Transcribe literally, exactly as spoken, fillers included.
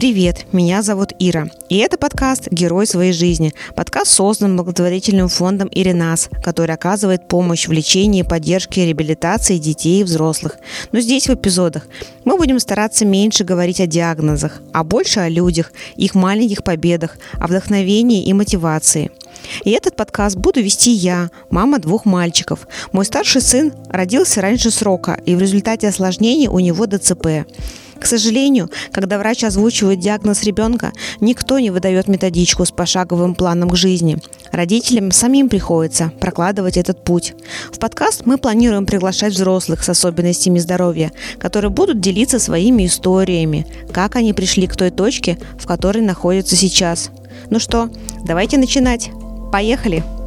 Привет, меня зовут Ира, и это подкаст «Герой своей жизни». Подкаст создан благотворительным фондом «Иринас», который оказывает помощь в лечении, поддержке и реабилитации детей и взрослых. Но здесь в эпизодах мы будем стараться меньше говорить о диагнозах, а больше о людях, их маленьких победах, о вдохновении и мотивации. И этот подкаст буду вести я, мама двух мальчиков. Мой старший сын родился раньше срока, и в результате осложнений у него ДЦП. К сожалению, когда врач озвучивает диагноз ребенка, никто не выдает методичку с пошаговым планом к жизни. Родителям самим приходится прокладывать этот путь. В подкаст мы планируем приглашать взрослых с особенностями здоровья, которые будут делиться своими историями, как они пришли к той точке, в которой находятся сейчас. Ну что, давайте начинать. Поехали!